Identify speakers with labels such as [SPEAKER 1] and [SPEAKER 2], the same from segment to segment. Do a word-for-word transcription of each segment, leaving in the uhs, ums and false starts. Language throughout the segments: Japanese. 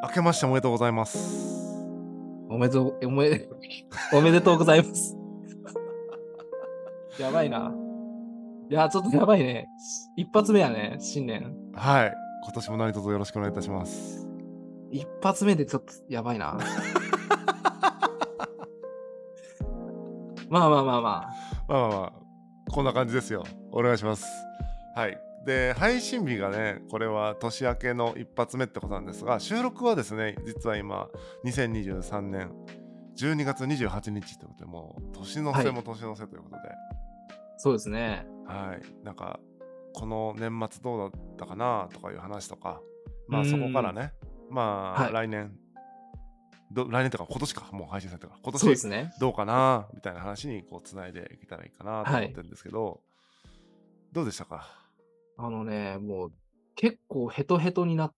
[SPEAKER 1] 明けましておめでとうございます。
[SPEAKER 2] おめでとう、おめ、おめでとうございます。やばいな。いや、ちょっとやばいね。一発目やね、新年。
[SPEAKER 1] はい。今年も何卒よろしくお願いいたします。
[SPEAKER 2] 一発目でちょっとやばいな。まあまあまあまあ。
[SPEAKER 1] まあまあまあ、こんな感じですよ。お願いします。はい。で、配信日がね、これは年明けの一発目ってことなんですが、収録はですね、実は今、にせんにじゅうさんねんじゅうにがつにじゅうはちにちということで、もう年の
[SPEAKER 2] はい。
[SPEAKER 1] 瀬も年の瀬ということで、
[SPEAKER 2] そうですね。
[SPEAKER 1] はい。なんか、この年末どうだったかなとかいう話とか、
[SPEAKER 2] うー
[SPEAKER 1] まあそこから
[SPEAKER 2] ん。
[SPEAKER 1] ね、まあ
[SPEAKER 2] はい。
[SPEAKER 1] 来年、ど来年とか今年か、もう配信されたから、今年
[SPEAKER 2] そうですね。
[SPEAKER 1] どうかなみたいな話にこうつないでいけたらいいかなと
[SPEAKER 2] はい。
[SPEAKER 1] 思ってるんですけど、どうでしたか？
[SPEAKER 2] あのね、もう結構ヘトヘトになって、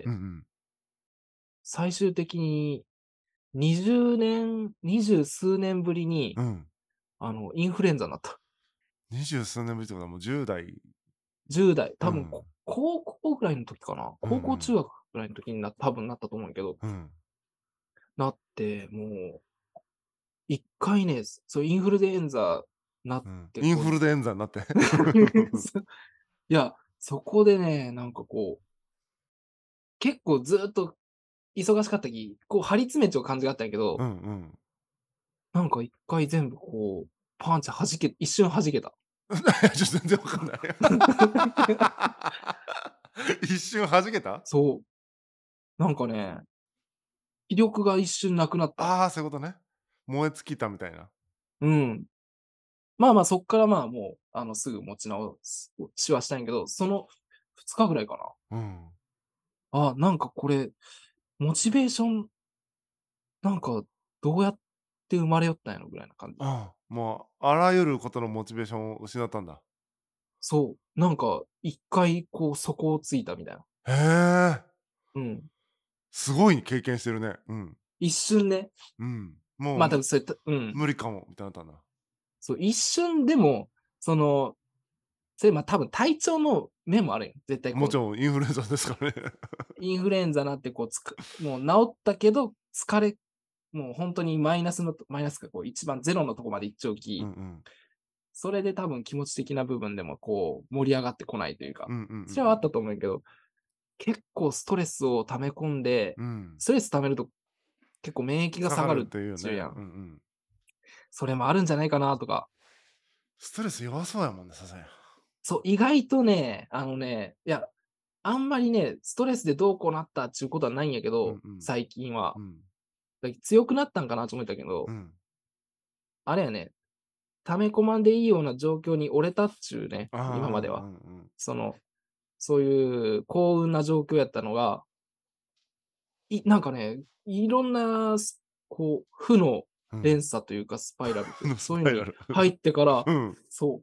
[SPEAKER 1] うんうん。
[SPEAKER 2] 最終的ににじゅうねん、二十数年ぶりに、
[SPEAKER 1] うん。
[SPEAKER 2] あの、インフルエンザになった。
[SPEAKER 1] 二十数年ぶりってことはもうじゅう代。
[SPEAKER 2] じゅう代、多分、
[SPEAKER 1] うん。
[SPEAKER 2] こ高校ぐらいの時かな。
[SPEAKER 1] うんう
[SPEAKER 2] 高校、中
[SPEAKER 1] ん。
[SPEAKER 2] 学ぐらいの時にな多分なったと思うんやけど、
[SPEAKER 1] うん。
[SPEAKER 2] なって、もう、一回ね、そう、インフルエンザなっ
[SPEAKER 1] うん。
[SPEAKER 2] て、こう
[SPEAKER 1] インフルエンザになって。
[SPEAKER 2] そいや、そこでね、なんかこう、結構ずっと忙しかったき、こう張り詰めちゃう感じがあったんやけど、
[SPEAKER 1] うんうん。
[SPEAKER 2] なんか一回全部こう、パンチ弾け一瞬弾けた。
[SPEAKER 1] ちょっと全然わかんない。一瞬弾けた。
[SPEAKER 2] そう、なんかね、気力が一瞬なくなった。
[SPEAKER 1] ああー、そういうことね。燃え尽きたみたいな。
[SPEAKER 2] うん。まあまあ、そっからまあ、もう、あの、すぐ持ち直しはしたんやけど、そのふつかぐらいか
[SPEAKER 1] うん。
[SPEAKER 2] な。あ、なんかこれ、モチベーション、なんか、どうやって生まれよったんやろぐらいな感じ。
[SPEAKER 1] ああ、もうあらゆることのモチベーションを失ったんだ。
[SPEAKER 2] そう、なんか一回こう底をついたみたいな。
[SPEAKER 1] へえ、
[SPEAKER 2] うん。
[SPEAKER 1] すごい経験してるね。うん。
[SPEAKER 2] 一瞬ね、
[SPEAKER 1] うん。もう、
[SPEAKER 2] まあ、多分それ、たうん。
[SPEAKER 1] 無理かもみたいになったんだ。
[SPEAKER 2] そう、一瞬でも、その、それ、ま、多分体調の面もあるんよ。絶対こう、
[SPEAKER 1] もちろんインフルエンザですからね。
[SPEAKER 2] インフルエンザなってこうつくもう治ったけど、疲れもうほんとにマイナスのとマイナスかこう一番ゼロのとこまで行っちゃうき、
[SPEAKER 1] うんうん。
[SPEAKER 2] それで多分気持ち的な部分でもこう盛り上がってこないというか、
[SPEAKER 1] うんうんうんうん。
[SPEAKER 2] それはあったと思うんやけど、結構ストレスを溜め込んで、
[SPEAKER 1] うん。
[SPEAKER 2] ストレス溜めると結構免疫が
[SPEAKER 1] 下がるっ
[SPEAKER 2] 下がるっ
[SPEAKER 1] ていうよね。うんう
[SPEAKER 2] ちゅうやん。
[SPEAKER 1] ん。
[SPEAKER 2] それもあるんじゃないかなとか。
[SPEAKER 1] ストレス弱そうやもんね、ささや。
[SPEAKER 2] そう、意外とね、あのね、いや、あんまりね、ストレスでどうこうなったっちゅうことはないんやけど、
[SPEAKER 1] うんうん。
[SPEAKER 2] 最近は。
[SPEAKER 1] うん。
[SPEAKER 2] だ強くなったんかなと思ったけど、
[SPEAKER 1] うん。
[SPEAKER 2] あれやね、溜め込まんでいいような状況に折れたっちゅうね、
[SPEAKER 1] ああ、
[SPEAKER 2] 今までは。
[SPEAKER 1] うんうん。
[SPEAKER 2] その、そういう幸運な状況やったのが、いなんかね、いろんな、すこう、負の
[SPEAKER 1] うん。
[SPEAKER 2] 連鎖というか、スパイラルという
[SPEAKER 1] の
[SPEAKER 2] か、そういうのに
[SPEAKER 1] スパイラル。
[SPEAKER 2] 入ってから、
[SPEAKER 1] うん。
[SPEAKER 2] そう、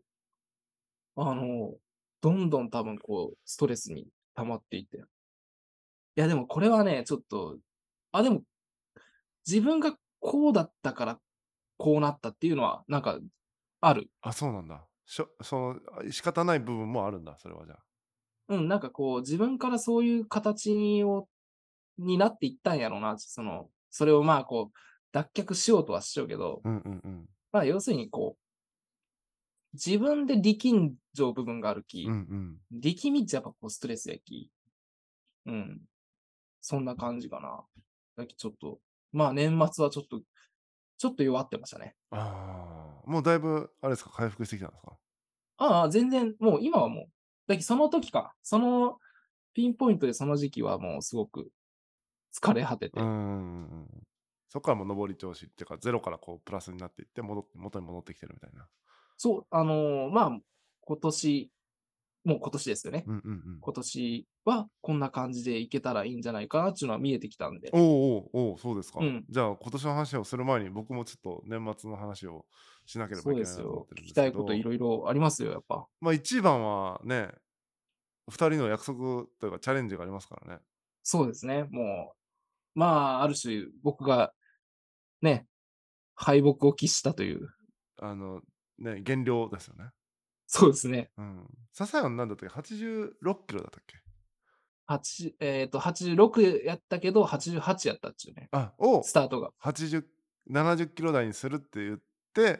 [SPEAKER 2] あの、どんどん多分こう、ストレスに溜まっていって。いやでもこれはね、ちょっと、あ、でも、自分がこうだったから、こうなったっていうのは、なんか、ある。
[SPEAKER 1] あ、そうなんだ。しょその、あ、仕方ない部分もあるんだ、それはじゃあ。
[SPEAKER 2] うん、なんかこう、自分からそういう形をになっていったんやろうな、その、それをまあこう、脱却しようとはしようけど、
[SPEAKER 1] うんうんうん。
[SPEAKER 2] まあ要するにこう、自分で力んじゃう部分がある
[SPEAKER 1] うんう
[SPEAKER 2] き、
[SPEAKER 1] ん。
[SPEAKER 2] 力みっちゃやっぱこうストレスやき、うん、そんな感じかな。だきちょっと、まあ年末はちょっと、ちょっと弱ってましたね。
[SPEAKER 1] ああ、もうだいぶあれですか、回復してきたんですか？
[SPEAKER 2] ああ、全然、もう今はもう、だきその時か、そのピンポイントでその時期はもうすごく疲れ果てて、
[SPEAKER 1] うんうんうんうん。そっからもう上り調子っていうか、ゼロからこうプラスになっていって、戻って元に戻ってきてるみたいな。
[SPEAKER 2] そう、あの、まあ、今年、もう今年ですよね。
[SPEAKER 1] うんうんうん。
[SPEAKER 2] 今年はこんな感じでいけたらいいんじゃないかなっていうのは見えてきたんで。
[SPEAKER 1] おお、おお、おお、そうですか。
[SPEAKER 2] うん、
[SPEAKER 1] じゃあ、今年の話をする前に、僕もちょっと年末の話をしなければ
[SPEAKER 2] そう
[SPEAKER 1] いけないなと思っ
[SPEAKER 2] ですよ。
[SPEAKER 1] てるんで
[SPEAKER 2] 聞きたいことい
[SPEAKER 1] すけど、
[SPEAKER 2] ろいろありますよ、やっぱ。
[SPEAKER 1] まあ、一番はね、ふたりの約束というかチャレンジがありますからね。
[SPEAKER 2] そうですね。もう、まあ、ある種僕がね、敗北を喫したという。
[SPEAKER 1] あの、ね、減量ですよね。
[SPEAKER 2] そうですね。
[SPEAKER 1] うん。笹谷なんだったっけ？はちじゅうろっキロだったっけ？
[SPEAKER 2] はちえっと、はちじゅうろくやったけど、はちじゅうはちやったっちゅうね、
[SPEAKER 1] あ、を
[SPEAKER 2] スタートが。
[SPEAKER 1] はちじゅう、ななじゅっキロ台にするって言って、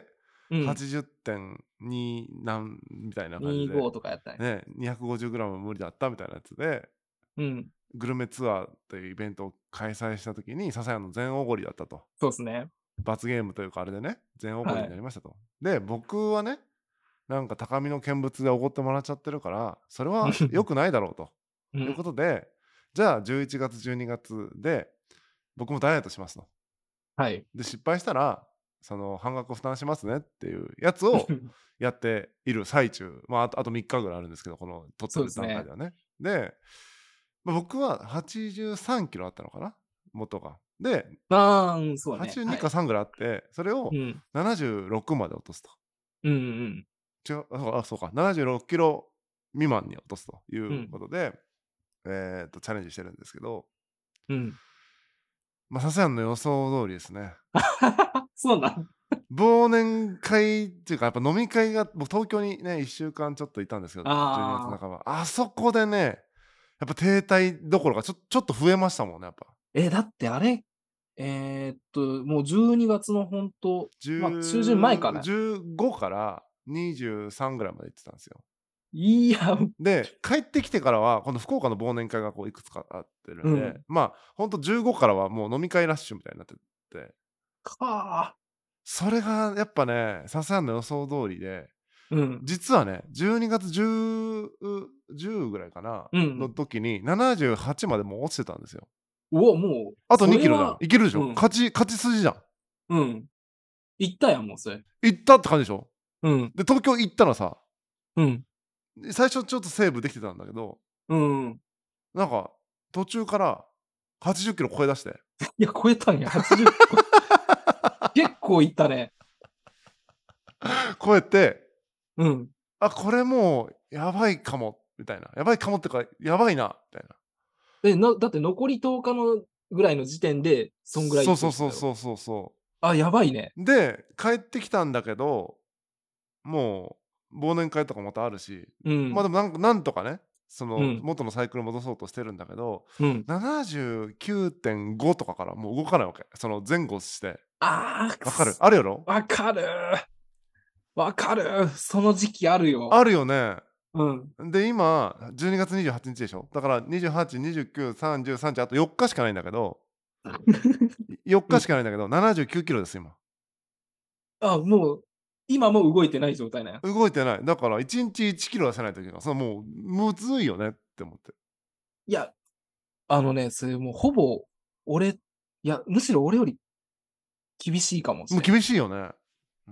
[SPEAKER 2] うん。
[SPEAKER 1] はちじゅってんになんみたいな感じで、
[SPEAKER 2] にじゅうごとかやったんや。
[SPEAKER 1] ね、にひゃくごじゅうグラム無理だったみたいなやつで、
[SPEAKER 2] うん。
[SPEAKER 1] グルメツアーというイベントを開催した時に、笹谷の全おごりだったと。
[SPEAKER 2] そうっすね。
[SPEAKER 1] 罰ゲームというかあれでね、全おごりにな
[SPEAKER 2] はい。
[SPEAKER 1] りましたと。で、僕はね、なんか高みの見物でおごってもらっちゃってるから、それは良くないだろうという
[SPEAKER 2] うん。
[SPEAKER 1] ことで、じゃあじゅういちがつ、じゅうにがつで僕もダイエットしますと。
[SPEAKER 2] はい。
[SPEAKER 1] で、失敗したら、その半額負担しますねっていうやつをやっている最中、まあ、あとあとみっかぐらいあるんですけど、この撮ってる
[SPEAKER 2] そうですね。
[SPEAKER 1] 段階ではね。で、まあ、僕ははちじゅうさんキロあったのかな、元が。で、
[SPEAKER 2] ああ、うん、そうね。
[SPEAKER 1] はちじゅうにか
[SPEAKER 2] はい。
[SPEAKER 1] さんぐらいあって、それを
[SPEAKER 2] うん。
[SPEAKER 1] ななじゅうろくまで落とすと。
[SPEAKER 2] うんうん
[SPEAKER 1] 違う、あ、そうあ、そうか、ななじゅうろっキロ未満に落とすとい
[SPEAKER 2] うん。うん。
[SPEAKER 1] うことで、えっとチャレンジしてるんですけど、
[SPEAKER 2] うん。
[SPEAKER 1] まあ、さすがの予想通りですね。
[SPEAKER 2] そうなん。
[SPEAKER 1] 忘年会っていうか、やっぱ飲み会が、僕東京にね、いっしゅうかんちょっといたんですけど、じゅうにがつ
[SPEAKER 2] ああ。
[SPEAKER 1] なかば。あそこでね、やっぱ停滞どころか、ちょちょっと増えましたもんね、やっぱ。
[SPEAKER 2] え、だってあれ、えーっと、もうじゅうにがつのほんと、ま、中旬前か
[SPEAKER 1] じゅう、
[SPEAKER 2] な。
[SPEAKER 1] じゅうごからにじゅうさんぐらいまで行ってたんですよ。
[SPEAKER 2] いや、
[SPEAKER 1] で、帰ってきてからは、今度福岡の忘年会がこういくつかあってるんで、
[SPEAKER 2] うん。
[SPEAKER 1] まあ、ほんとじゅうごからはもう飲み会ラッシュみたいになってて、
[SPEAKER 2] かあ。
[SPEAKER 1] それがやっぱね、さすがの予想通りで、
[SPEAKER 2] うん。
[SPEAKER 1] 実はね、じゅうにがつじゅう、じゅうぐらいかなの
[SPEAKER 2] うん。
[SPEAKER 1] 時にななじゅうはちまでもう落ちてたんですよ。
[SPEAKER 2] うわ、もう、
[SPEAKER 1] あとにキロじゃん。
[SPEAKER 2] それは
[SPEAKER 1] いけるでしょ。
[SPEAKER 2] うん、
[SPEAKER 1] 勝ち勝ち筋じゃん。
[SPEAKER 2] うん。行ったやん、もうそれ。
[SPEAKER 1] 行ったって感じでしょ。
[SPEAKER 2] うん、
[SPEAKER 1] で、東京行ったらさ、
[SPEAKER 2] うん、
[SPEAKER 1] 最初ちょっとセーブできてたんだけど、
[SPEAKER 2] うんうん。
[SPEAKER 1] なんか途中からはちじゅっキロ超え出して。
[SPEAKER 2] いや、超えたんや、はちじゅうこ結構行ったね。
[SPEAKER 1] 超えて、
[SPEAKER 2] うん。
[SPEAKER 1] あ、これもうやばいかもみたいな。やばいかもってか、やばいなみたいな。
[SPEAKER 2] え、なだって残りとおかのぐらいの時点で、そんぐらい行
[SPEAKER 1] そうそう
[SPEAKER 2] くってことやろ？
[SPEAKER 1] そうそうそうそ
[SPEAKER 2] あ、やばいね。
[SPEAKER 1] う。で、帰ってきたんだけど、もう忘年会とかまたあるし、ま、
[SPEAKER 2] うん、
[SPEAKER 1] でもなんかなんとかね、その
[SPEAKER 2] うん、
[SPEAKER 1] 元のサイクル戻そうとしてるんだけど、
[SPEAKER 2] うん。
[SPEAKER 1] ななじゅうきゅうてんごとかからもう動かないわけ。その前後して。
[SPEAKER 2] ああ、く
[SPEAKER 1] わかる？
[SPEAKER 2] す
[SPEAKER 1] あるやろ？
[SPEAKER 2] 分かる。分かる。その時期あるよ。
[SPEAKER 1] あるよね。
[SPEAKER 2] うん。
[SPEAKER 1] で、今じゅうにがつにじゅうはちにちでしょ。だからにじゅうはち、にじゅうく、さんじゅう、さんじゅうあとよっかしかないんだけど、よっか
[SPEAKER 2] うん。
[SPEAKER 1] しかないんだけど、ななじゅうきゅうキロです、今。
[SPEAKER 2] あ、もう、今も動いてない状態なんや。
[SPEAKER 1] 動いてない。だからいちにちいちキロ出せないといけない。それもうむずいよねって思って。
[SPEAKER 2] いや、あのね、それもうほぼ、俺いや、むしろ俺より厳しいかもしれん。
[SPEAKER 1] もう厳しいよね。うん。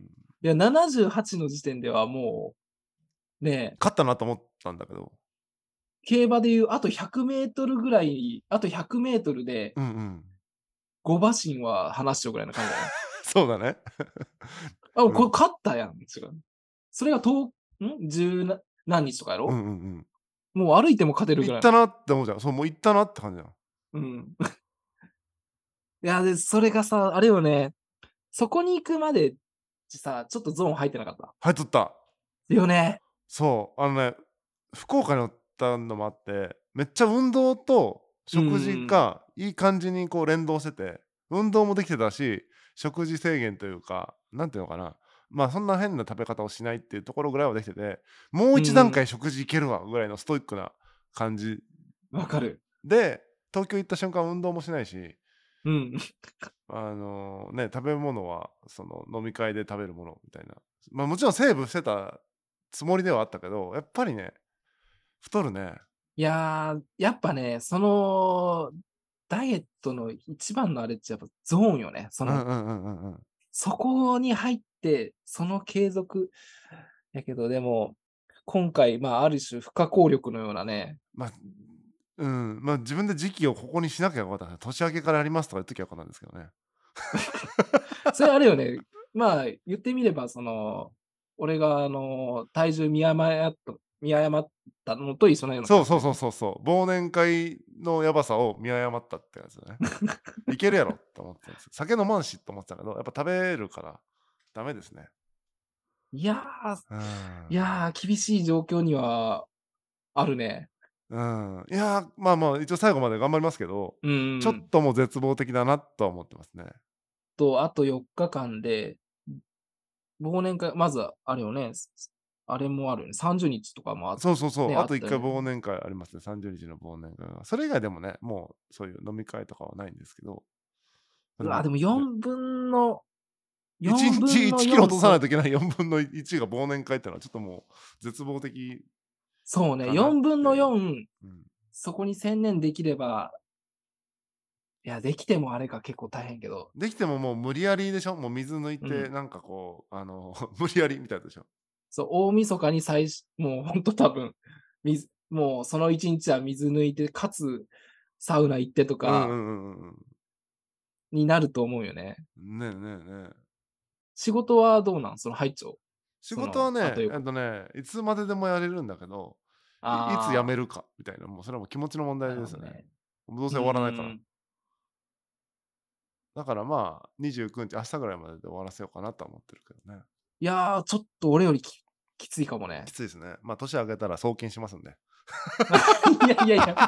[SPEAKER 2] いや、ななじゅうはちの時点ではもう、ね、
[SPEAKER 1] 勝ったなと思ったんだけど。
[SPEAKER 2] 競馬でいうあとひゃくメートルぐらい、あとひゃくメートルで
[SPEAKER 1] うんうん。
[SPEAKER 2] ご馬身は離しちゃうぐらいな感じだね。
[SPEAKER 1] そうだね。
[SPEAKER 2] あ、もうこれ
[SPEAKER 1] うん。
[SPEAKER 2] 勝ったやん、違う。それがとおん、十な何日とかやろ？
[SPEAKER 1] うんうんうん。
[SPEAKER 2] もう歩いても勝てるぐらいの。
[SPEAKER 1] 行ったなって思うじゃん。そう、もう行ったなって感じじゃん。
[SPEAKER 2] うん。いや、で、それがさ、あれよね、そこに行くまでさ、ちょっとゾーン入ってなかった？
[SPEAKER 1] 入っとった。
[SPEAKER 2] よね。
[SPEAKER 1] そう、あのね、福岡におったのもあって、めっちゃ運動と
[SPEAKER 2] うんうん
[SPEAKER 1] 食事
[SPEAKER 2] うん。
[SPEAKER 1] がいい感じにこう連動してて、運動もできてたし、食事制限というか、なんていうのかな、まあそんな変な食べ方をしないっていうところぐらいはできてて、もう
[SPEAKER 2] うんうん。
[SPEAKER 1] 一段階食事いけるわぐらいのストイックな感じ
[SPEAKER 2] わかる。
[SPEAKER 1] で、東京行った瞬間運動もしないし、
[SPEAKER 2] うん。
[SPEAKER 1] あのね、食べ物はその飲み会で食べるものみたいな。まあもちろんセーブしてたつもりではあったけど、やっぱりね、太るね。
[SPEAKER 2] いや、やっぱね、その、ダイエットの一番のあれってやっぱゾーンよね。その、
[SPEAKER 1] うんうんうんうんうん。
[SPEAKER 2] そこに入って、その継続やけど、でも、今回、まあ、ある種不可抗力のようなね、
[SPEAKER 1] まあ、うん、まあ自分で時期をここにしなきゃよかったね。年明けからやりますとか言っときゃよかったんですけどね。
[SPEAKER 2] それあれよね、まあ、言ってみれば、その、俺があの、体重見誤やっと見誤ったのと一緒なような
[SPEAKER 1] そうそうそう
[SPEAKER 2] 感じだよね。
[SPEAKER 1] そうそう。忘年会のやばさを見誤ったってやつだね。いけるやろって思ってたんですよ。酒飲まんしって思ってたけど、やっぱ食べるからダメですね。
[SPEAKER 2] いや、
[SPEAKER 1] うー
[SPEAKER 2] い
[SPEAKER 1] ん。
[SPEAKER 2] や、厳しい状況にはあるね。
[SPEAKER 1] うん。いや、まあまあ、一応最後まで頑張りますけど、
[SPEAKER 2] うんうん
[SPEAKER 1] ちょっ
[SPEAKER 2] うん。
[SPEAKER 1] ともう絶望的だなとは思ってますね。
[SPEAKER 2] と、あとよっかかんで、忘年会、まずあれよね、すすあれもあるよね、さんじゅうにちとかもあ
[SPEAKER 1] そうそうそう、
[SPEAKER 2] ね、
[SPEAKER 1] あと1
[SPEAKER 2] あったよね。
[SPEAKER 1] 回忘年会ありますね、さんじゅうにちの忘年会が。それ以外でもね、もうそういう飲み会とかはないんですけど、ま、
[SPEAKER 2] うわ、
[SPEAKER 1] でも、
[SPEAKER 2] でも
[SPEAKER 1] ね、
[SPEAKER 2] よんぶんの
[SPEAKER 1] 1
[SPEAKER 2] 4
[SPEAKER 1] 日
[SPEAKER 2] 分の
[SPEAKER 1] いちキロ
[SPEAKER 2] よん、そう、
[SPEAKER 1] 落とさないといけないよんぶんのいちが忘年会ってのはちょっともう絶望的
[SPEAKER 2] そうね、
[SPEAKER 1] かなっ
[SPEAKER 2] よんぶんの
[SPEAKER 1] ていう。
[SPEAKER 2] よん、
[SPEAKER 1] うん。
[SPEAKER 2] そこに専念できれば、いや、できてもあれか、結構大変けど、
[SPEAKER 1] できてももう無理やりでしょ、もう水抜い
[SPEAKER 2] うん。
[SPEAKER 1] てなんかこう、あの無理やりみたいでしょ。
[SPEAKER 2] そう、大晦日にさいしもうほんと多分、みずもうそのいちにちは水抜いて、かつサウナ行ってとか
[SPEAKER 1] うんうんうんうんうん。
[SPEAKER 2] になると思うよね。
[SPEAKER 1] ねえねえねえ。
[SPEAKER 2] 仕事はどうなん？その入っちゃう？
[SPEAKER 1] 仕
[SPEAKER 2] その、
[SPEAKER 1] 事はね、
[SPEAKER 2] あとよっか。
[SPEAKER 1] えっとね、いつまででもやれるんだけど、いいつ辞
[SPEAKER 2] ああ、
[SPEAKER 1] めるかみたいな、もうそれはもう気持ちの問題
[SPEAKER 2] なる
[SPEAKER 1] ですよね。
[SPEAKER 2] ほどね。
[SPEAKER 1] どうせ
[SPEAKER 2] う
[SPEAKER 1] 終わらないから。
[SPEAKER 2] ーん。
[SPEAKER 1] だからまあ、にじゅうくにち、明日ぐらいまでで終わらせようかなとは思ってるけどね。
[SPEAKER 2] いや、ちょっと俺よりききついかもね。
[SPEAKER 1] きついですね。まあ、年明けたら送金しますんで。
[SPEAKER 2] いやいやいや、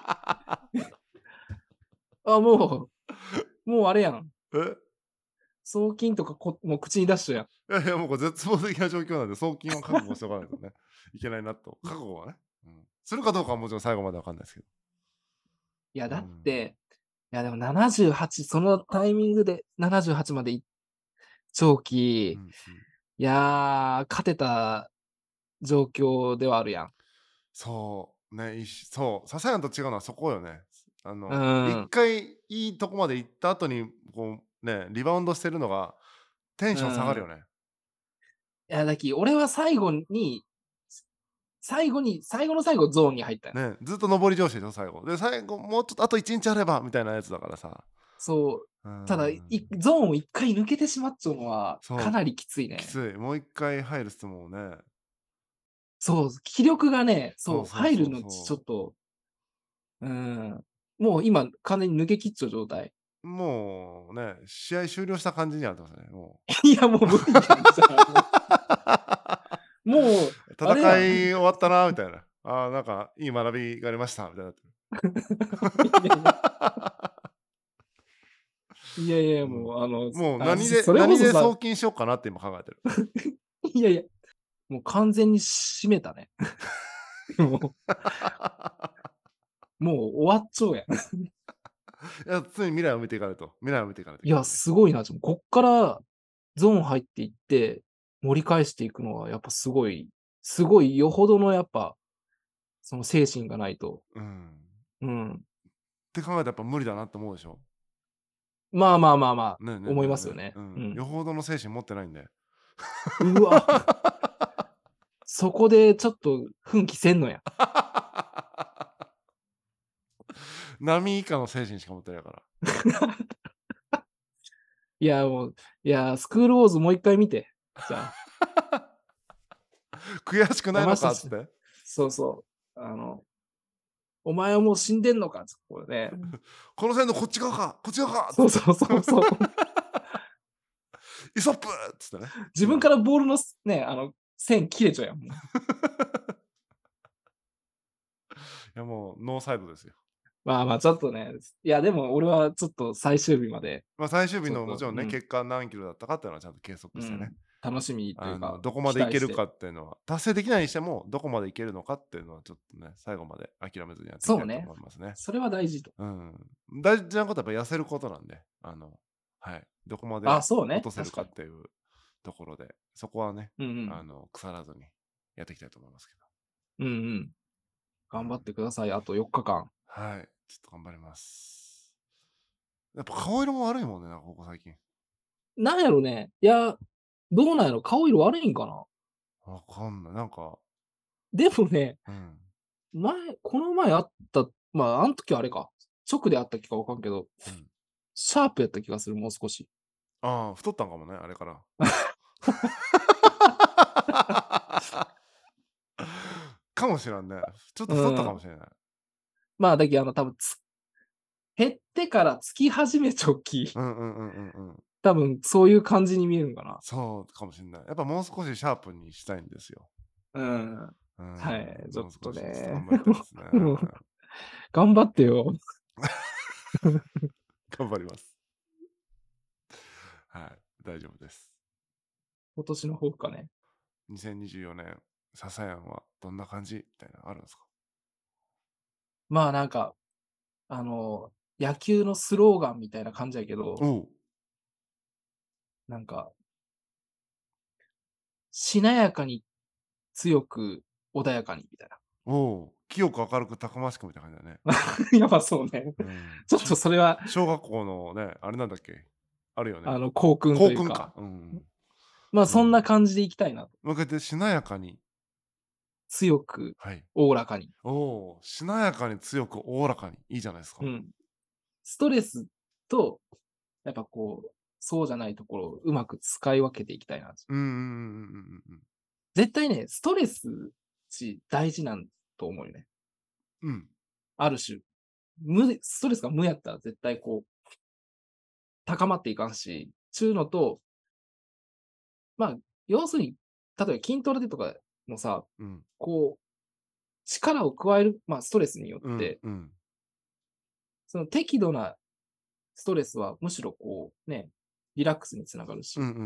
[SPEAKER 2] あ、もうもうあれやん。
[SPEAKER 1] え？
[SPEAKER 2] 送金とかこもう口に出しとやん。
[SPEAKER 1] いやいや、もうこれ絶望的な状況なんで、送金は覚悟しておかないとね、いけないなと。覚悟はね。うん。するかどうかはもちろん最後までわかんないですけど。
[SPEAKER 2] いや、だっ
[SPEAKER 1] うん。
[SPEAKER 2] て、いやでもななじゅうはち、そのタイミングでななじゅうはちまでい長期、
[SPEAKER 1] うんうん。
[SPEAKER 2] いや、勝てた状況ではあるやん。
[SPEAKER 1] そう、ね、いしそう、ササヤンと違うのはそこよね。あ
[SPEAKER 2] う
[SPEAKER 1] の、一
[SPEAKER 2] ーん、
[SPEAKER 1] 回いいとこまで行った後に、こう、ね、リバウンドしてるのがテン
[SPEAKER 2] う
[SPEAKER 1] ション下がる
[SPEAKER 2] ん。
[SPEAKER 1] よね。
[SPEAKER 2] いや、だき、俺は最後に最後に最後の最後ゾーンに入ったよ。
[SPEAKER 1] ね、ずっと上り調子でしょ、最後。で、最後もうちょっとあといちにちあればみたいなやつだからさ。
[SPEAKER 2] そう。
[SPEAKER 1] うー
[SPEAKER 2] ただ、い
[SPEAKER 1] ん。
[SPEAKER 2] ゾーンを一回抜けてしまっちゃうのは、か
[SPEAKER 1] そう、
[SPEAKER 2] なりきついね。
[SPEAKER 1] きつい。もう一回入るっすもんね。
[SPEAKER 2] そう、気力がね、そう、
[SPEAKER 1] そうそう
[SPEAKER 2] 入るのちちょ
[SPEAKER 1] そうそ
[SPEAKER 2] っと、うーん、もう今完全に抜けきっちゃう状態。
[SPEAKER 1] う。もうね、試合終了した感じになってますね、もう。
[SPEAKER 2] いや、もう無理やん、じゃあ、もう。もう、あれ
[SPEAKER 1] 戦
[SPEAKER 2] やん。
[SPEAKER 1] い終わったなみたいな。ああ、なんかいい学びがありましたみたいになってる。
[SPEAKER 2] いやいや、いやいや、
[SPEAKER 1] うん。
[SPEAKER 2] もうあの、
[SPEAKER 1] もう
[SPEAKER 2] あ、
[SPEAKER 1] 何で
[SPEAKER 2] それこ
[SPEAKER 1] 何で
[SPEAKER 2] そさ、
[SPEAKER 1] 送金しようかなって今考えてる。
[SPEAKER 2] いやいや、もう完全に締めたね。もう、もう終わっちゃうやん。
[SPEAKER 1] いや、常に未来を見ていかないと。未来を見ていかないとい
[SPEAKER 2] いや、
[SPEAKER 1] けないんで。
[SPEAKER 2] すごいな、ちょこっからゾーン入っていって、盛り返していくのはやっぱすごいすごいよほどのやっぱ、その精神がないと。
[SPEAKER 1] うん。
[SPEAKER 2] うん。
[SPEAKER 1] って考えたらやっぱ無理だなって思うでしょ。
[SPEAKER 2] まあまあまあまあ、
[SPEAKER 1] ねえねえ
[SPEAKER 2] 思い
[SPEAKER 1] ねえねえ。
[SPEAKER 2] ますよね。
[SPEAKER 1] うん。
[SPEAKER 2] うん。
[SPEAKER 1] よほどの精神持ってないんで。
[SPEAKER 2] うわ、そこでちょっと奮起せんのや。
[SPEAKER 1] 波以下の精神しか持ってないから。
[SPEAKER 2] いや、もう、いや、スクールウォーズもう一回見て、じゃあ。
[SPEAKER 1] 悔しくないの
[SPEAKER 2] 山下ち
[SPEAKER 1] かっつって。
[SPEAKER 2] そうそう。あの、お前はもう死んでんのかつこれね。
[SPEAKER 1] この線のこっち側か、こっち側かっつって。
[SPEAKER 2] そうそうそうそう。
[SPEAKER 1] イソップっつってね。
[SPEAKER 2] 自分からボールのすね、あの、線切れちゃうやん、もう。
[SPEAKER 1] いやもうノーサイドですよ。
[SPEAKER 2] まあまあ、ちょっとね、いや、でも俺はちょっと最終日まで、
[SPEAKER 1] まあ、最終日
[SPEAKER 2] ちょっと、
[SPEAKER 1] のもちろんね、
[SPEAKER 2] うん、
[SPEAKER 1] 結果何キロだったかっていうのはちゃんと計測してね。
[SPEAKER 2] うん、楽しみとい
[SPEAKER 1] あの、
[SPEAKER 2] うか、
[SPEAKER 1] どこま
[SPEAKER 2] 期待して。
[SPEAKER 1] でいけるかっていうのは、達成できないにしても、どこまでいけるのかっていうのはちょっとね、最後まで諦めずにやっていきたいと
[SPEAKER 2] そうね。
[SPEAKER 1] 思いますね。
[SPEAKER 2] それは大事と。
[SPEAKER 1] うん。大事なことはやっぱ痩せることなんで、あの、はい。どこまで
[SPEAKER 2] あ、そうね、
[SPEAKER 1] 落とせる
[SPEAKER 2] 確かに。
[SPEAKER 1] かっていうところで、そこはね、
[SPEAKER 2] うんうん。
[SPEAKER 1] あの、腐らずにやっていきたいと思いますけ
[SPEAKER 2] うんうん。
[SPEAKER 1] ど。う
[SPEAKER 2] 頑張っ
[SPEAKER 1] ん。
[SPEAKER 2] てください。あとよっかかん。
[SPEAKER 1] はい。ちょっと頑張ります。やっぱ顔色も悪いもんね、なんかここ最近。
[SPEAKER 2] なんやろね。いや、どうなんやろ、顔色悪いんかな。
[SPEAKER 1] わかんない。なんか、
[SPEAKER 2] でもね、
[SPEAKER 1] うん。
[SPEAKER 2] 前この前会った、まあ、あん時はあれか、直で会ったっけかわかんけど、
[SPEAKER 1] うん。
[SPEAKER 2] シャープやった気がする、もう少し。
[SPEAKER 1] ああ、太ったんかもね、あれから。かもしらんね。ちょっと
[SPEAKER 2] う
[SPEAKER 1] 太ったかも
[SPEAKER 2] ん。
[SPEAKER 1] しれない。
[SPEAKER 2] まあ、だけどあの、多分つ減ってからつき始めちょき、
[SPEAKER 1] うんうんうんうんうん。
[SPEAKER 2] 多分そういう感じに見えるんかな。
[SPEAKER 1] そうかもしんない。やっぱもう少しシャープにしたいんですよ。
[SPEAKER 2] うん。
[SPEAKER 1] うう
[SPEAKER 2] はい、
[SPEAKER 1] ん、
[SPEAKER 2] ちょっと
[SPEAKER 1] もう少しちょっと頑
[SPEAKER 2] ね。
[SPEAKER 1] 張りたいですね。
[SPEAKER 2] もう頑張ってよ。
[SPEAKER 1] 頑張ります。はい、大丈夫です。
[SPEAKER 2] 今年の抱負かね。
[SPEAKER 1] にせんにじゅうよねん、ささやんはどんな感じみたいなのあるんですか？
[SPEAKER 2] まあ、なんか、あの、野球のスローガンみたいな感じやけど、
[SPEAKER 1] おう、
[SPEAKER 2] なんか、しなやかに強く穏やかにみたいな。
[SPEAKER 1] おう、清く明るくたくましくみたいな感じだね。
[SPEAKER 2] やっぱそうね。
[SPEAKER 1] うん。
[SPEAKER 2] ちょっ
[SPEAKER 1] しょ
[SPEAKER 2] とそれは、
[SPEAKER 1] 小学校のね、あれなんだっけ、あるよね。
[SPEAKER 2] あの、校訓というか、
[SPEAKER 1] 校訓か。うん。
[SPEAKER 2] まあ、そんな
[SPEAKER 1] うん。
[SPEAKER 2] 感じでいきたいなと。
[SPEAKER 1] 向けてしなやかに、
[SPEAKER 2] 強く、
[SPEAKER 1] はい。
[SPEAKER 2] おおらかに。
[SPEAKER 1] おお、しなやかに強くおおらかに、いいじゃないですか。
[SPEAKER 2] うん。ストレスと、やっぱこう、そうじゃないところをうまく使い分けていきたいな。
[SPEAKER 1] うんうんうんうんうんうん
[SPEAKER 2] 絶対ね、ストレス値大事なんと思うよね。
[SPEAKER 1] うん。うん。
[SPEAKER 2] ある種。無ストレスが無やったら絶対こう、高まっていかんし、ちゅうのと、まあ、要するに、例えば筋トレでとかもさ、
[SPEAKER 1] うん。
[SPEAKER 2] こう、力を加える、まあ、ストレスによ
[SPEAKER 1] うん、
[SPEAKER 2] って、
[SPEAKER 1] うん。
[SPEAKER 2] その適度なストレスはむしろこう、ね、リラックスにつながるし、
[SPEAKER 1] うんうんうんうん。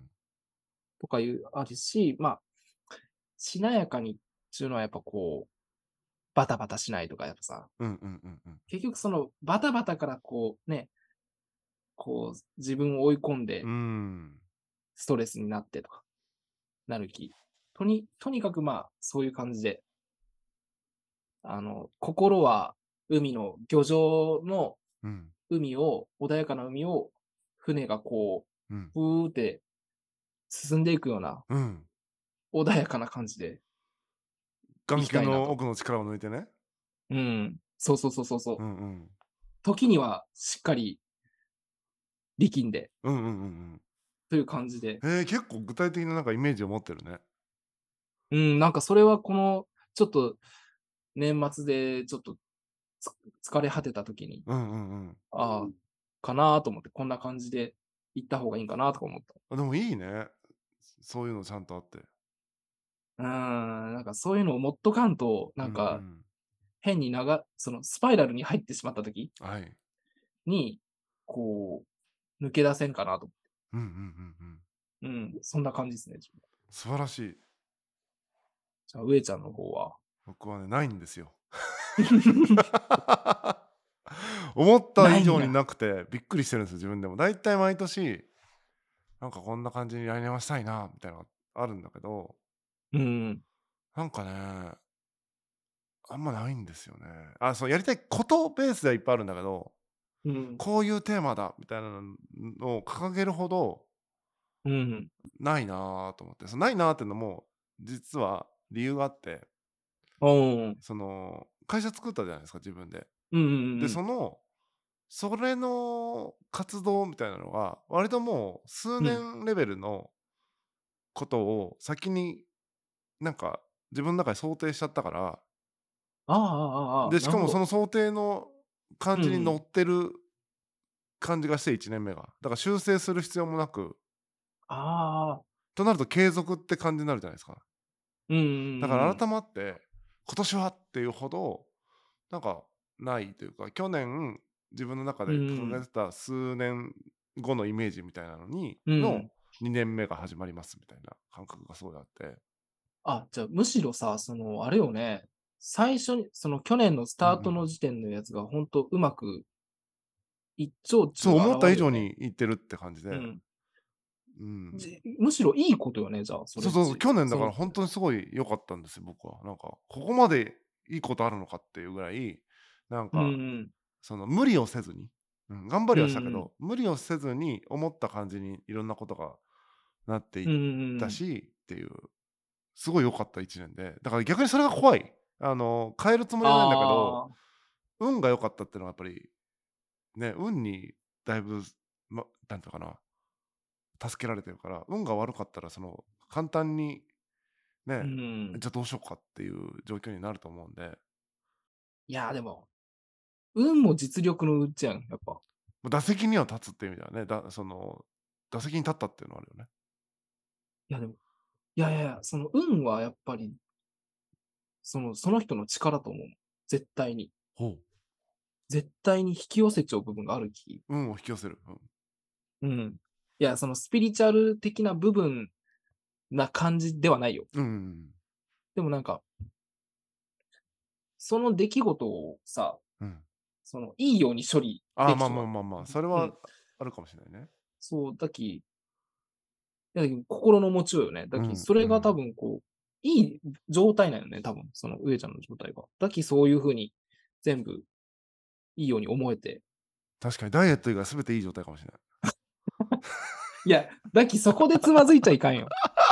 [SPEAKER 2] とかいうあるし、まあ、しなやかにっていうのはやっぱこう、バタバタしないとかやっぱさ、
[SPEAKER 1] うんうんうんうん。
[SPEAKER 2] 結局そのバタバタからこうね、こう自分を追い込ん
[SPEAKER 1] うー
[SPEAKER 2] で
[SPEAKER 1] ん。
[SPEAKER 2] ストレスになってとかなる気。とに、とにかくまあそういう感じで、あの、心は海の漁場の
[SPEAKER 1] うん。
[SPEAKER 2] 海を、穏やかな海を船がこ
[SPEAKER 1] うん。
[SPEAKER 2] う、ふーって進んでいくような
[SPEAKER 1] うん。
[SPEAKER 2] 穏やかな感じで行
[SPEAKER 1] 眼球
[SPEAKER 2] きたいなと。
[SPEAKER 1] の奥の力を抜いてね。
[SPEAKER 2] うん。そうそうそうそうそう。
[SPEAKER 1] うんうん。
[SPEAKER 2] 時にはしっかり力んで
[SPEAKER 1] うんうんうんうん。
[SPEAKER 2] という感じで。
[SPEAKER 1] へえ、結構具体的ななんかイメージを持ってるね。
[SPEAKER 2] うん、なんかそれはこの、ちょっと年末でちょっとつ疲れ果てた時に、
[SPEAKER 1] うんうんうん。
[SPEAKER 2] ああ、かなと思って、こんな感じで行った方がいいんかなとか思った。
[SPEAKER 1] あ、でもいいね。そういうのちゃんとあって。
[SPEAKER 2] うーん、なんかそういうのを持っとかんと、
[SPEAKER 1] う
[SPEAKER 2] なんか
[SPEAKER 1] んうん。
[SPEAKER 2] 変に長そのスパイラルに入ってしまった時
[SPEAKER 1] はい。
[SPEAKER 2] に、こう、抜け出せんかなと。
[SPEAKER 1] うんうんうんうん。
[SPEAKER 2] うん、そんな感じですね、自分。
[SPEAKER 1] 素晴らしい。
[SPEAKER 2] じゃあ、上ちゃんの方は？
[SPEAKER 1] 僕はね、ないんですよ。思った以上に
[SPEAKER 2] ないんや。
[SPEAKER 1] なくてびっくりしてるんですよ、自分でも。だいたい毎年、なんかこんな感じに来年はしたいなみたいなのがあるんだけど、
[SPEAKER 2] うん。
[SPEAKER 1] なんかね、あんまないんですよね。あ、そう、やりたいことベースではいっぱいあるんだけど、
[SPEAKER 2] うん。
[SPEAKER 1] こういうテーマだみたいなのを掲げるほど
[SPEAKER 2] うん。
[SPEAKER 1] ないなと思って。そのないなっていうのも、実は理由があって、
[SPEAKER 2] おお。
[SPEAKER 1] その、会社作ったじゃないですか、自分で。
[SPEAKER 2] うんうんう
[SPEAKER 1] で、
[SPEAKER 2] ん
[SPEAKER 1] その、それの活動みたいなのが、割ともう数
[SPEAKER 2] うん。
[SPEAKER 1] 年レベルのことを先になんか自分の中で想定しちゃったから、
[SPEAKER 2] ああああああ、
[SPEAKER 1] で、しかもそ
[SPEAKER 2] なるほど。
[SPEAKER 1] の想定の感じに乗
[SPEAKER 2] うんうん。
[SPEAKER 1] ってる感じがしていちねんめが。だから修正する必要もなく、
[SPEAKER 2] ああ。
[SPEAKER 1] となると継続って感じになるじゃないですか。
[SPEAKER 2] うんうんう
[SPEAKER 1] だから
[SPEAKER 2] んうん。
[SPEAKER 1] 改まって、今年はっていうほど、なんかないというか、去年自分の中
[SPEAKER 2] うん
[SPEAKER 1] で
[SPEAKER 2] うん。
[SPEAKER 1] 掲げてた数年後のイメージみたいなのにの
[SPEAKER 2] うん。
[SPEAKER 1] にねんめが始まりますみたいな感覚がすごいあって。
[SPEAKER 2] あ、じゃあ、むしろさ、その、あれよね、最初に、その去年のスタート
[SPEAKER 1] うんうん。
[SPEAKER 2] の時点のやつがほんとうまく一長
[SPEAKER 1] そう、
[SPEAKER 2] 處現
[SPEAKER 1] 思った以
[SPEAKER 2] るよね。
[SPEAKER 1] 上にいってるって感じで。
[SPEAKER 2] うん。
[SPEAKER 1] うん。
[SPEAKER 2] じむしろいいことよね、じゃあ、それ
[SPEAKER 1] そうそうそう、
[SPEAKER 2] っち。
[SPEAKER 1] 去年だ
[SPEAKER 2] その
[SPEAKER 1] から本当にすごい良かったんですよ、僕は。なんか、ここまでいいことあるのかっていうぐらい、なん
[SPEAKER 2] うんう
[SPEAKER 1] か、
[SPEAKER 2] ん。
[SPEAKER 1] その無理をせずに、うん、頑張
[SPEAKER 2] うん
[SPEAKER 1] りはした
[SPEAKER 2] うん。
[SPEAKER 1] けど、無理をせずに思った感じにいろんなことがなっていっ
[SPEAKER 2] うんうんうん。
[SPEAKER 1] たしっていう、すごい良かったいちねんで、だから逆にそれが怖い。あの、変えるつもりはないんだけど、
[SPEAKER 2] ああ。
[SPEAKER 1] 運が良かったっていうのはやっぱり、ね、運にだいぶ、ま、なんていうのかな、助けられてるから、運が悪かったらその簡単に
[SPEAKER 2] う
[SPEAKER 1] ね、
[SPEAKER 2] ん。
[SPEAKER 1] じゃあどうしようかっていう状況になると思うんで、
[SPEAKER 2] いや、でも、運も実力のうちやん、やっぱ。
[SPEAKER 1] ま、打席には立つっていう意味ではね、だその、打席に立ったっていうのはあるよね。
[SPEAKER 2] いやでも、いやいやいや、その運はやっぱりその、その人の力と思うの。絶対に。
[SPEAKER 1] ほう。
[SPEAKER 2] 絶対に引き寄せちゃう部分がある気。
[SPEAKER 1] 運を引き寄せる。
[SPEAKER 2] うん。いや、そのスピリチュアル的な部分な感じではないよ。
[SPEAKER 1] うん。うん。
[SPEAKER 2] でもなんか、その出来事をさ、
[SPEAKER 1] うん。
[SPEAKER 2] その、いいように処理
[SPEAKER 1] ああ、まあ
[SPEAKER 2] できちまう。
[SPEAKER 1] まあまあまあ、それは
[SPEAKER 2] うん。
[SPEAKER 1] あるかもしれないね。
[SPEAKER 2] そう、だき、いやだけど心の持ちようよね。だき、
[SPEAKER 1] うん。
[SPEAKER 2] それが多
[SPEAKER 1] うん。
[SPEAKER 2] 分こう、いい状態なよね、多分、その上ちゃんの状態が。だき、そういう風に全部いいように思えて。
[SPEAKER 1] 確かにダイエット以外全ていい状態かもしれない。
[SPEAKER 2] いや、だき、そこでつまずいちゃいかんよ。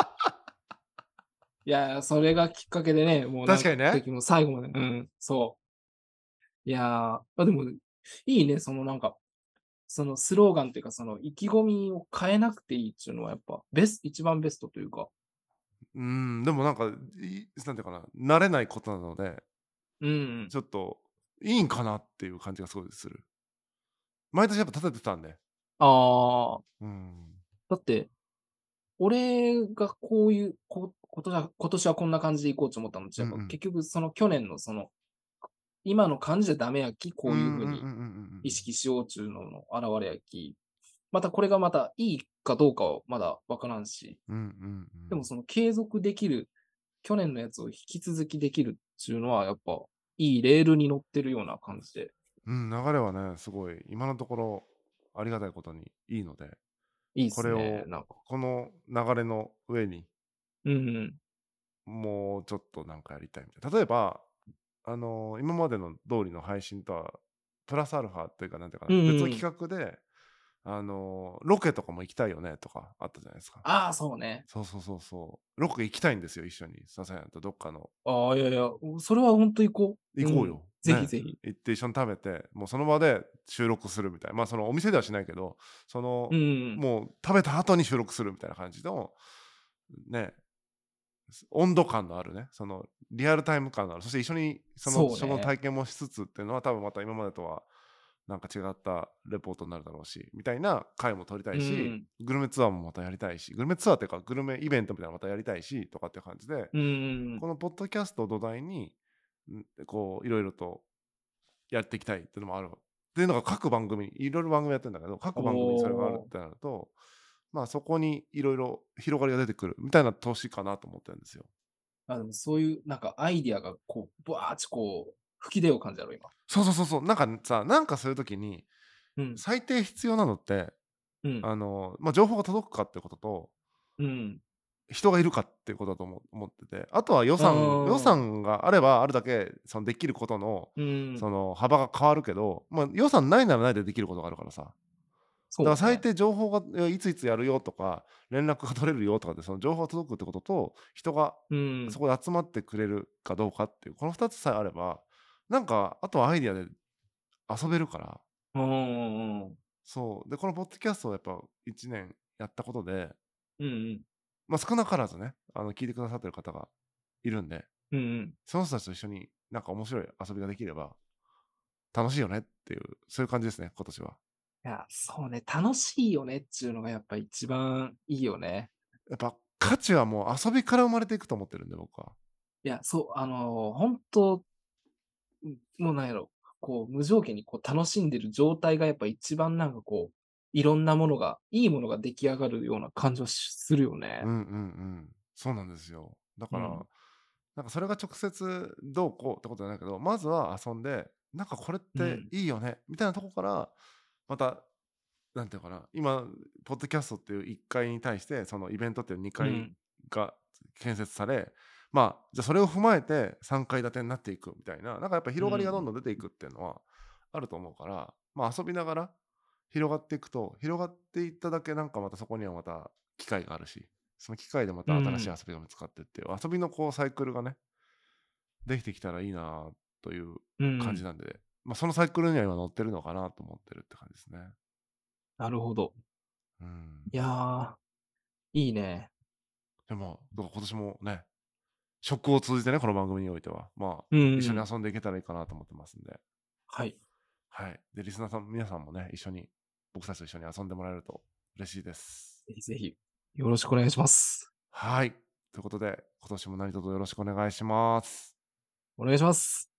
[SPEAKER 2] いや、それがきっかけでね、もうなん
[SPEAKER 1] 確かにね。
[SPEAKER 2] だきもう最後まで、うん、そう。いや、あ、でも、いいね、そのなんか、そのスローガンっていうか、その意気込みを変えなくていいっていうのはやっぱ、ベス一番ベストというか。
[SPEAKER 1] うん、でもなんか、いなんていうかな、慣れないことなので、
[SPEAKER 2] うん。
[SPEAKER 1] ちょっといいんかなっていう感じがすごいする。毎年やっぱ立ててたんで。
[SPEAKER 2] ああ、
[SPEAKER 1] うん。
[SPEAKER 2] だって、俺がこういう、こ今年は今年はこんな感じでいこうと思ったのって、やっぱ
[SPEAKER 1] うんうん。
[SPEAKER 2] 結局その去年のその、今の感じじゃダメやき、こ
[SPEAKER 1] うんうん
[SPEAKER 2] ういう風に
[SPEAKER 1] うんうんうんうん
[SPEAKER 2] 意識しようっちゅうのの現れやき、またこれがまたいいかどうかはまだわからんし、
[SPEAKER 1] うんうんうんうん。
[SPEAKER 2] でもその継続できる、去年のやつを引き続きできるっていうのはやっぱ、いいレールに乗ってるような感じで、
[SPEAKER 1] うん、流れはね、すごい今のところありがたいことにいいので、
[SPEAKER 2] いいっすね、
[SPEAKER 1] これを
[SPEAKER 2] なんか。
[SPEAKER 1] この流れの上に
[SPEAKER 2] うんうん。
[SPEAKER 1] もうちょっとなんかやりたいみたいな。例えば、あの、今までの通りの配信とはプラスアルファというか、なんていうかな、
[SPEAKER 2] うん
[SPEAKER 1] 別の
[SPEAKER 2] うん。
[SPEAKER 1] 企画で、あの、ロケとかも行きたいよねとかあったじゃないですか。
[SPEAKER 2] ああ、そうね。
[SPEAKER 1] そうそうそうそう。ロケ行きたいんですよ、一緒に。ささやんとどっかの。
[SPEAKER 2] ああ、いやいや、それはほんと行こう。うん。
[SPEAKER 1] 行こうよ。ね。
[SPEAKER 2] ぜひぜひ。
[SPEAKER 1] 行って一緒に食べて、もうその場で収録するみたいな。まあ、そのお店ではしないけど、その、
[SPEAKER 2] うんうんうん。
[SPEAKER 1] もう食べた後に収録するみたいな感じの、ね、温度感のあるね、そのリアルタイム感のある、そして一緒にその食の
[SPEAKER 2] そうね。
[SPEAKER 1] 体験もしつつっていうのは多分また今までとはなんか違ったレポートになるだろうし、みたいな回も撮りたいし、
[SPEAKER 2] うん。
[SPEAKER 1] グルメツアーもまたやりたいし、グルメツアーっていうかグルメイベントみたいなのまたやりたいしとかっていう感じで、
[SPEAKER 2] うんうんうん。
[SPEAKER 1] このポッドキャストを土台に、んこういろいろとやっていきたいっていうのもある。っていうのが各番組、いろいろ番組やってるんだけど、各番組にそれがある
[SPEAKER 2] おお。
[SPEAKER 1] ってなると、まあそこにいろいろ広がりが出てくるみたいな投資かなと思ってるんですよ。
[SPEAKER 2] あ、でもそういうなんかアイディアがこう、バーッちこう、吹き出よう感じやろ、今。
[SPEAKER 1] そうそうそうそう。なんかさ、なんかそういう時に、
[SPEAKER 2] うん。
[SPEAKER 1] 最低必要なのって、
[SPEAKER 2] うん。
[SPEAKER 1] あの、まあ、情報が届くかってことと、
[SPEAKER 2] うん。
[SPEAKER 1] 人がいるかっていうことだと思思ってて、あとは予
[SPEAKER 2] あ
[SPEAKER 1] 算予
[SPEAKER 2] あ。
[SPEAKER 1] 算があればあるだけ、そのできることの、
[SPEAKER 2] うん。
[SPEAKER 1] その幅が変わるけど、まあ、予算ないならないでできることがあるからさ。だから
[SPEAKER 2] そうね。
[SPEAKER 1] 最低情報が、いやいついつやるよとか、連絡が取れるよとかで、その情報が届くってことと、人が
[SPEAKER 2] うん。
[SPEAKER 1] そこで集まってくれるかどうかっていう、このふたつさえあれば、なんかあとはアイディアで遊べるから、
[SPEAKER 2] うんうんうん。
[SPEAKER 1] そう。で、このポッドキャストをやっぱいちねんやったことで、
[SPEAKER 2] うんうん。
[SPEAKER 1] ま、少なからずね、あの、聞いてくださってる方がいるんで、
[SPEAKER 2] うんうん。
[SPEAKER 1] その人たちと一緒になんか面白い遊びができれば楽しいよねっていう、そういう感じですね、今年は。
[SPEAKER 2] いや、そうね、楽しいよねっちゅうのがやっぱ一番いいよね。
[SPEAKER 1] やっぱ価値はもう遊びから生まれていくと思ってるんで、僕は。
[SPEAKER 2] いや、そう、あの、ほんと、うん、もうなんやろ、こう無条件にこう楽しんでる状態がやっぱ一番なんかこう、いろんなものが、いいものが出来上がるような感じはしするよね。
[SPEAKER 1] うんうんうん。そうなんですよ。だから、
[SPEAKER 2] うん。
[SPEAKER 1] なんかそれが直接どうこうってことじゃないけど、まずは遊んで、なんかこれって
[SPEAKER 2] うん。
[SPEAKER 1] いいよねみたいなとこから、またなんていうのかな、今、ポッドキャストっていういっかいに対して、そのイベントっていうにかい
[SPEAKER 2] うん。
[SPEAKER 1] が建設され、まあ、じゃあそれを踏まえてさんかい建てになっていくみたいな、なんかやっぱ広がりがどん
[SPEAKER 2] うん。
[SPEAKER 1] どん出ていくっていうのはあると思うから、まあ遊びながら広がっていくと、広がっていっただけなんかまたそこにはまた機会があるし、その機会でまた新しい遊
[SPEAKER 2] うん。
[SPEAKER 1] びが見つかってっていう、遊びのこうサイクルがね、できてきたらいいなという
[SPEAKER 2] うん。
[SPEAKER 1] 感じなんで、まあそのサイクルには今乗ってるのかなと思ってるって感じですね。
[SPEAKER 2] なるほど。
[SPEAKER 1] うん。
[SPEAKER 2] いや、いいね。
[SPEAKER 1] でも、だから今年もね、食を通じてね、この番組においては、まあ、
[SPEAKER 2] うん
[SPEAKER 1] 一緒に
[SPEAKER 2] うん。
[SPEAKER 1] 遊んでいけたらいいかなと思ってますんで、
[SPEAKER 2] はい。
[SPEAKER 1] はい。で、リスナーさん、皆さんもね、一緒に、僕たちと一緒に遊んでもらえると嬉しいです。
[SPEAKER 2] ぜひぜひ、よろしくお願いします。
[SPEAKER 1] はい。ということで、今年も何卒よろしくお願いします。
[SPEAKER 2] お願いします。